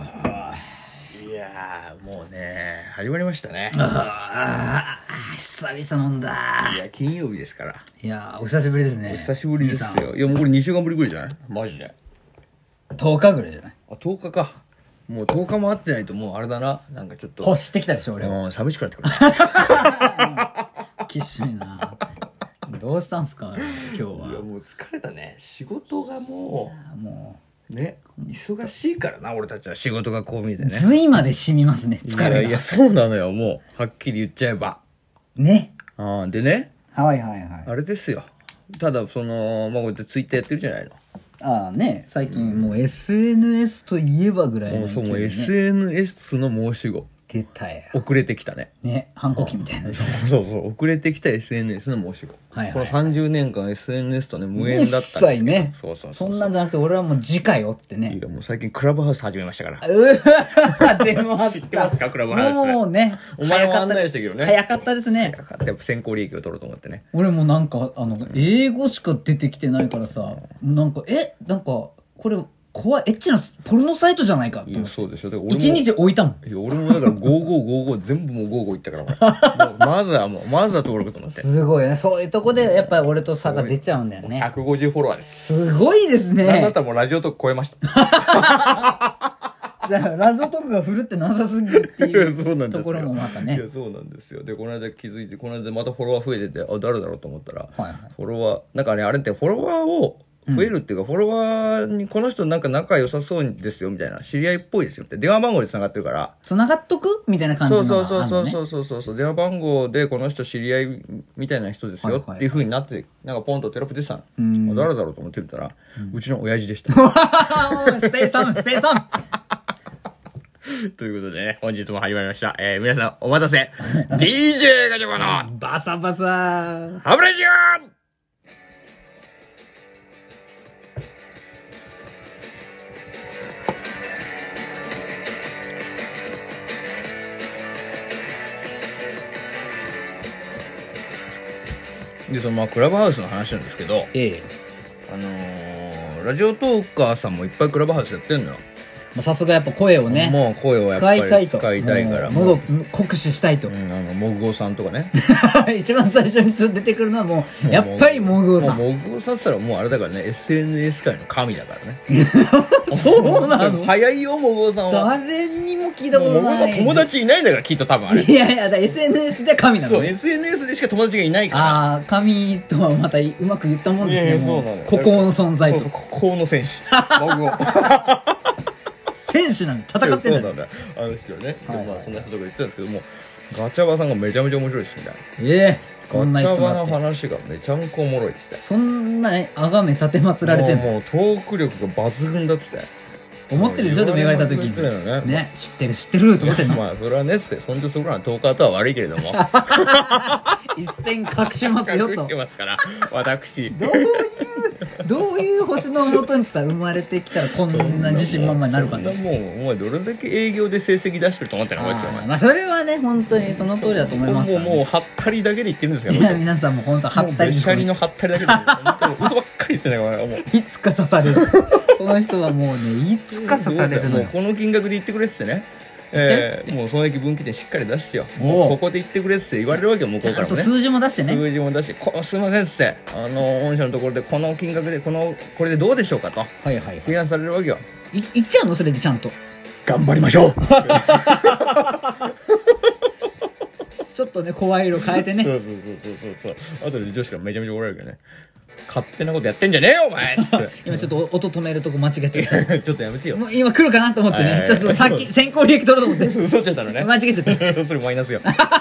いやーもうね始まりましたね。 久々飲んだ。 いや金曜日ですから。 いやお久しぶりですね。 お久しぶりですよ。いやもうこれ2週間ぶりぐらいじゃないマジで。 10日ぐらいじゃない。 あ10日か。もう10日も会ってないともうあれだな。なんかちょっと欲してきたでしょ俺は。 寂しくなってくるな。 きっしょいな。どうしたんすか今日は。 いやもう疲れたね。仕事がももうね忙しいからな。俺たちは仕事がこう見えてうね。 髄まで染みますね疲れが。 いやそうなのよ。もうはっきり言っちゃえばね。 でねはいはいはい。 あれですよ。ただそのこうやってツイッターやってるじゃないの。 ね最近もう SNS といえばぐらいの勢いでね。 もう SNS の申し子出たよ遅れてきたね。 ね反抗期みたいな。 そう遅れてきた SNS の申し子、 はいはいこの30年間 SNS とね無縁だったんですけど一切ね。 そうそんなんじゃなくて俺はもう次回をってね。 いやもう最近クラブハウス始めましたから出ました。 知ってますかクラブハウス。 もうね。 お前も案内したけどね早かったですね。 やっぱ先行利益を取ろうと思ってね。 俺もなんか英語しか出てきてないからさ、なんかこれ怖いエッチなポルノサイトじゃないかといや思ってそうでしょ。だから俺も 1日置いたもん。 いや俺もだから5555全部もう55いったからもうまずは登録と思ってすごいね。そういうとこでやっぱり俺と差が出ちゃうんだよね。 150フォロワーです。 すごいですね。 なんだったらもうラジオトーク超えました。 だからラジオトークが振るってなさすぎるっていそうなんですようところもまたね。 いやそうなんですよ。でこの間気づいてこの間またフォロワー増えてて誰だろうと思ったら、 はいはい、 フォロワーなんかねあれってフォロワーを増えるっていうか、フォロワーにこの人なんか仲良さそうですよみたいな知り合いっぽいですよって電話番号で繋がってるから繋がっとくみたいな感じのがあるのね。 そう電話番号でこの人知り合いみたいな人ですよっていう風になってなんかポンとテロップ出てたの。誰だろうと思ってみたら、うちの親父でした。 ステイサムということでね、本日も始まりました。皆さんお待たせ。DJ ガチョコのバサバサハブラジオで、そのクラブハウスの話なんですけど、ラジオトーカーさんもいっぱいクラブハウスやってんのよ。 さすがやっぱ声をね、 もう声をやっぱり使いたいから。 もう酷使したいと。 モグオさんとかね。 一番最初に出てくるのはもう、やっぱりモグオさん。 モグオさんって言ったらもうあれだからね、SNS 界の神だからね。 そうなの？ 早いよ、モグオさんは。 誰にも聞いたことない。 モグオさん友達いないんだからきっと多分あれ。 いや、SNS で神なのね。 そう、SNS でしか友達がいないから。 ああ、神とはまたうまく言ったもんですね。 そうなのよ。 孤高の存在と。 そう、孤高の戦士。モグオ。 戦士なの戦ってんだよ。 そうなんだよ。あの人はね。そんな人とか言ってたんですけども、ガチャバさんがめちゃめちゃ面白いですみたいな。ガチャバの話がめちゃんこおもろいっつって。 そんなあがめ立てまつられてんの？ もうトーク力が抜群だっつって。 思ってるでしょ。でも言われた時にね、知ってると思ってんの。 まあそれはね、そんでそこらのトーカーとは悪いけれども一線隠しますよと。 隠してますから私。 どういう星のもとにさ生まれてきたらこんな自信満々になるかね。 もうお前どれだけ営業で成績出してると思ってんのこいつお前。 まあそれはね本当にその通りだと思いますからね。 もうハったりだけで言ってるんですから。 いや皆さんも本当ハったり。 シャリのハったりだけで本当に嘘ばっかり言ってないからもう。 いつか刺される。この人はもうねいつか刺されるのよ。 この金額で言ってくれってね。もうその駅分岐点しっかり出してよ。もうここで言ってくれって言われるわけよ向こうからもね。 数字も出してね。 数字も出してすいませんっつって御社のところでこの金額でこれでどうでしょうかと提案されるわけよ。 言っちゃうのそれでちゃんと。 頑張りましょう。 ちょっとね声色変えてね。 そう後で女子からめちゃめちゃ怒られるけどね。勝手なことやってんじゃねえよお前っつって今ちょっと音止めるとこ間違えちゃった。 ちょっとやめてよ。 今来るかなと思ってね。ちょっとさっき先行利益取ろうと思って嘘っちゃったのね。 間違えちゃった。 それマイナスよ。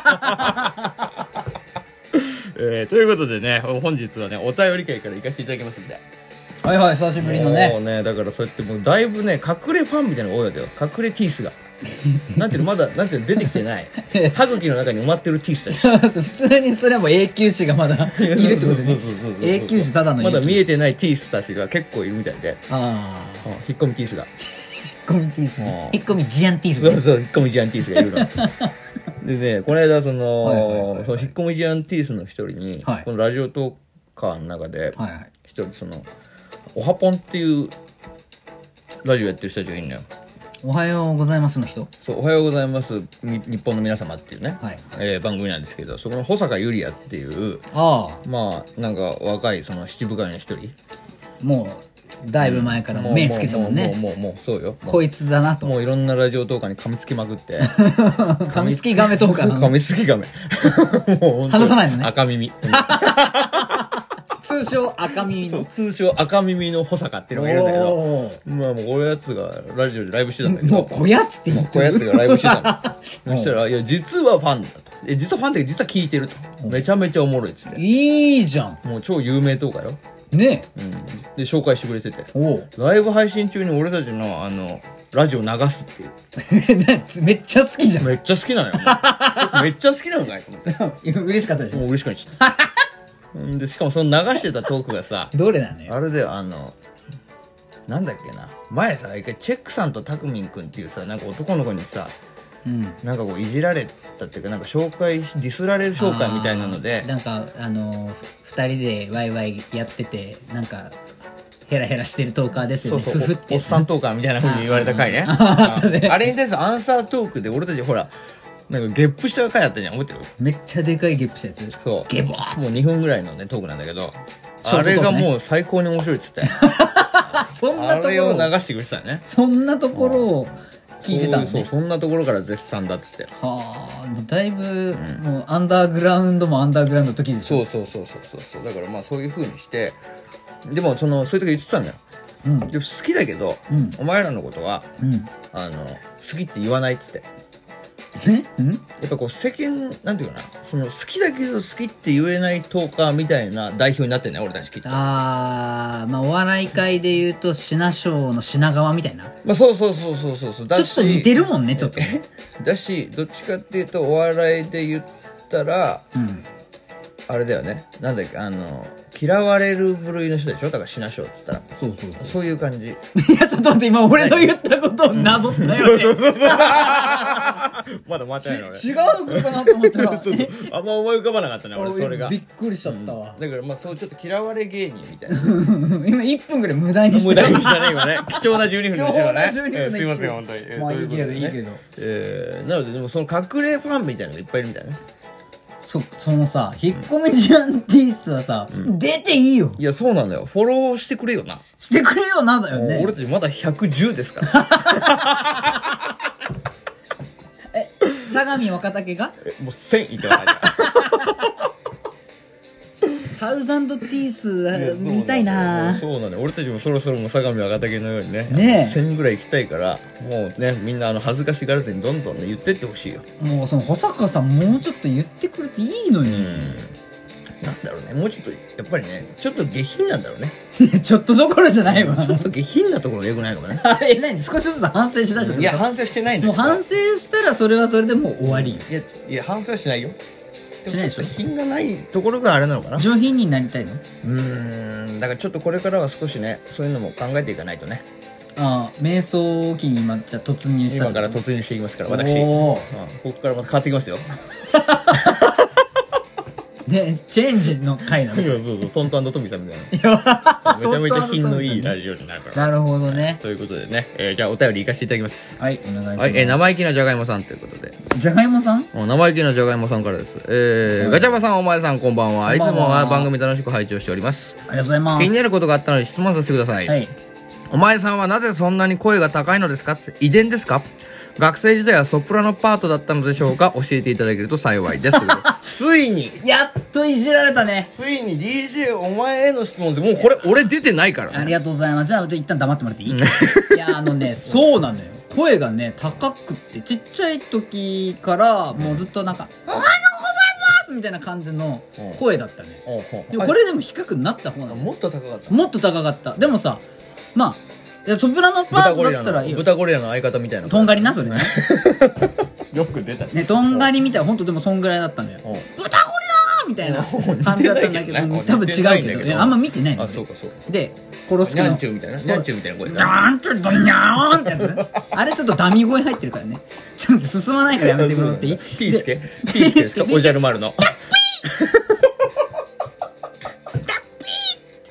ということでね本日はねお便り会から行かせていただきますんで。 はい久しぶりのね。 もうねだからそうやってもうだいぶね隠れファンみたいなのが多いわけよ。隠れティースがなんていうのまだなんていうの出てきてない歯茎の中に埋まってるティースたち。 普通にそれはもう永久歯がまだいるってことで、ね、永久歯ただのまだ見えてないティースたちが結構いるみたいで。引っ込みティースが引っ込みティースね。引っ込みジアンティース。 そう引っ込みジアンティースがいるの。でねこの間その引っ込みジアンティースの一人にこのラジオトーカーの中で一人そのオハポンっていうラジオやってる人たちがいるのよ。 おはようございますの人。 そう、おはようございます、日本の皆様っていうね、 はい番組なんですけど、そこの保坂ゆりやっていう、 ああ、 まあ、なんか若い、その七部会の一人。 もう、だいぶ前から目つけたもんね。 もう、そうよ。 こいつだなと。 もういろんなラジオトーカーに噛みつきまくって。 噛みつきガメトーカーなの。 噛みつきガメ。もう話さないのね。 赤耳。 通称赤耳の。 通称赤耳の保坂っていうのがいるんだけど、まあもうこやつがラジオでライブしてたんだけど、 もうこやつって言ってこやつがライブしてたの。そしたら、いや、実はファンだと。実はファンで実は聞いてると。めちゃめちゃおもろいっつって。 いいじゃん。 もう超有名トーカーよ。 ねうん。で、紹介してくれてて。 おう。 ライブ配信中に俺たちの、ラジオ流すっていう。 めっちゃ好きじゃん。 めっちゃ好きなのよ。めっちゃ好きなのかいと思って。 嬉しかったでしょ。 もう嬉しくなっちゃった。で、しかもその流してたトークがさ、 どれなのよ。 あれでなんだっけな。前さ、一回チェックさんとタクミンくんっていうさ、なんか男の子にさ、 うん。 なんかこういじられたっていうか、なんかディスられる紹介みたいなので、 なんか、二人でワイワイやってて、なんか、ヘラヘラしてるトーカーですよね。 そうそう、 ふふっておっさんトーカーみたいな風に言われた回ね。あれに対するアンサートークで俺たちほら、なんかゲップした回あったじゃん、覚えてる？ めっちゃでかいゲップしたやつ。 そう。 ゲボー。 もう2分ぐらいのね、トークなんだけど、 ショートトークねあれがもう最高に面白いっつって。 そんなとこあれを流ろ、 してくれてたよね。 そんなところを聞いてたのね。 そう、そんなところから絶賛だっつって。 はあ、もうだいぶ、もうアンダーグラウンドもアンダーグラウンドの時でしょ。 そう。だからまあそういう風にして、でもそういう時言ってたんだよ。 うん。 で好きだけど、 うんお前らのことは、 うん。 好きって言わないっつって。 うんやっぱこう世間、なんていうかな、その好きだけど好きって言えないトーカーみたいな代表になってんね、俺たちきっと。 あー、まあお笑い界で言うと品賞の品川みたいな。 まあそう。だちょっと似てるもんね、ちょっと。 だし、どっちかっていうとお笑いで言ったら、 うん。 あれだよね。なんだっけ、嫌われる部類の人でしょ、だから品賞っつったら。 そう。 そういう感じ。 いや、ちょっと待って、今俺の言ったことをなぞったよね。 まだ間違いない俺。 違うのかなと思ったら。 あんま思い浮かばなかったね、俺、それが。 びっくりしちゃったわ。 だからまあそうちょっと嫌われ芸人みたいな。 今1分ぐらい無駄にして無駄にしたね、今ね。貴重な12分でしたね。 貴重な12分すいません、本当に。 まあいいけど、 とうことでねいいけど。 なので、でもその隠れファンみたいなのがいっぱいいるみたいなね。 そのさ、引っ込み思案ティースはさ、出ていいよ。 いや、そうなんだよ。フォローしてくれよな。 してくれよな、だよね。 俺たちまだ110ですから。 相模若竹がもう1000いってないから。 サウザンドティース見たいな。 そうなんだよ。俺たちもそろそろもう相模若竹のようにね、 ねえ 1000ぐらい行きたいから、もうね、みんな恥ずかしがらずにどんどんね、言ってってほしいよ。 もうその保坂さんもうちょっと言ってくれていいのに。 なんだろうね、もうちょっと、やっぱりね、ちょっと下品なんだろうね。 ちょっとどころじゃないわ。 ちょっと下品なところが良くないかもね。 あれ、何少しずつ反省しだしたいや、反省してないんだけど。 もう反省したらそれはそれでもう終わり。 いや、反省はしないよ。でもしないでしょちょっと品がないところがあれなのかな。 上品になりたいの？ だからちょっとこれからは少しね、そういうのも考えていかないとね。 ああ、瞑想期に今じゃあ突入した今から突入していきますから、私。 おーここからまた変わってきますよ。 ね、チェンジの回なの。 そう、トントントミさんみたいいやな。めちゃめちゃ品のいいラジオになるから。 なるほどね。 ということでね、じゃあお便り行かせていただきます。 はい、お願いします。 はい、生意気なじゃがいもさんということで。 じゃがいもさん？ 生意気なじゃがいもさんからです。ガチャバさん、お前さん、こんばんは。いつもは番組楽しく拝聴しております。 ありがとうございます。 気になることがあったので質問させてください。 はい。 お前さんはなぜそんなに声が高いのですか？遺伝ですか？学生時代はソプラノパートだったのでしょうか？教えていただけると幸いです。ついにやっといじられたね。 ついに DJ お前への質問で、もうこれ俺出てないからね。 ありがとうございます。じゃあ、一旦黙ってもらっていい？いや、そうなのよ。声がね、高くって、ちっちゃい時から、もうずっとなんか、おはようございますみたいな感じの声だったね。でもこれでも低くなった方なの。 もっと高かった。 もっと高かった。でもさ、まあ、いやソプラノパートだったらいいよ。 豚ゴリラの相方みたいな。 とんがりな、それね。 よく出たね、とんがりみたいな、ほんとでもそんぐらいだったんだよ。豚ゴリラーみたいな感じだったんだけど、多分違うけどね。あんま見てないの。 あ、そうかそうか。 で、殺すニャンチューみたいな。ニャンチューみたいな声ニャンチュードニャーンってやつ。あれちょっとダミ声入ってるからね。ちょっと進まないからやめてもらっていい？ ピースケですか？おじゃる丸の。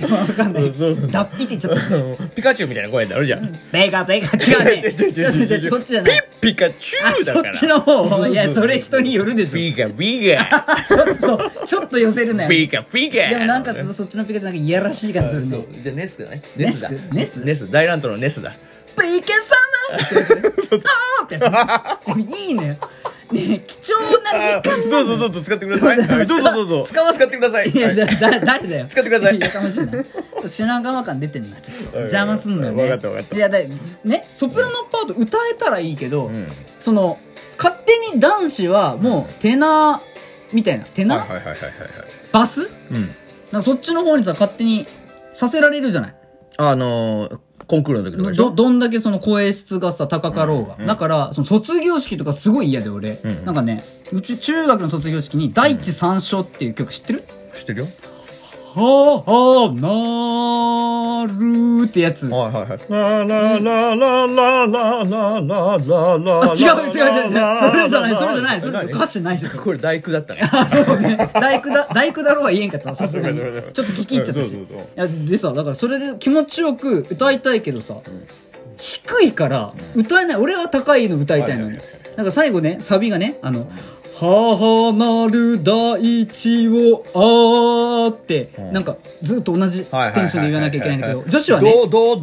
わかんない。 そう脱皮って言っちゃったし。 ピカチュウみたいな声になるじゃん。 ペガペガ、違うね。そっちじゃない。 ピカチュウだから。 そっちの方。いや、それ人によるでしょ。 ピカピカ。 ちょっと寄せるね。 ピカピカ。 でもなんか、そっちのピカチュウなんかいやらしい感じするね。 じゃあネスだね。 ネスネス。大乱闘のネスだ。 ピケ様ってやつ。いいね。ね、貴重な時間。 どうぞ使ってください。どうぞ使ってください。 いや、誰だよ。 使ってください。 やかましいな。品川感出てんな、ちょっと。邪魔すんのよね。 分かった。 いや、ね、ソプラノパート歌えたらいいけど、その、勝手に男子はもう、テナー、みたいな。テナーバスそっちの方にさ、勝手にさせられるじゃない。 コンクールの時とかでしょ。 どんだけその声質がさ、高かろうが。だから、その卒業式とかすごい嫌で俺。なんかね、うち中学の卒業式に大地三章っていう曲知ってる？ 知ってるよ。 はぁなるってやつ。 ララララララララララ。 違う。それじゃない。それ歌詞ないし。 これ大工だったね。 そうね。大工だろうは言えんかったさすがに。ちょっと聞き入っちゃったし。いや、でさ、だからそれで気持ちよく歌いたいけどさ、低いから歌えない。俺は高いの歌いたいのに。なんか最後ね、サビがね、母なる大地をって、なんかずっと同じテンションで言わなきゃいけないんだけど、女子はね、ど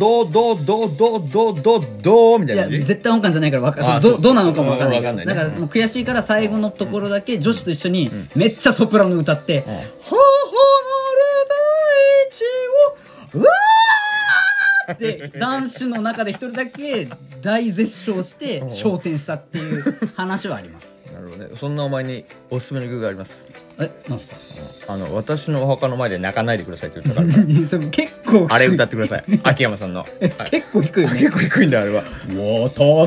みたいな。いや、絶対音感じゃないから分かる。どうなのかも分かんない。だからもう悔しいから最後のところだけ女子と一緒にめっちゃソプラノ歌って、母なる大地を、うわーって男子の中で一人だけ大絶唱して昇天したっていう話はあります。 なるほどね。そんなお前におすすめの曲があります。 なんすか？ 私のお墓の前で泣かないでくださいって言ったからそれ結構あれ歌ってください。秋山さんの。 結構低いね。 結構低いんだあれは。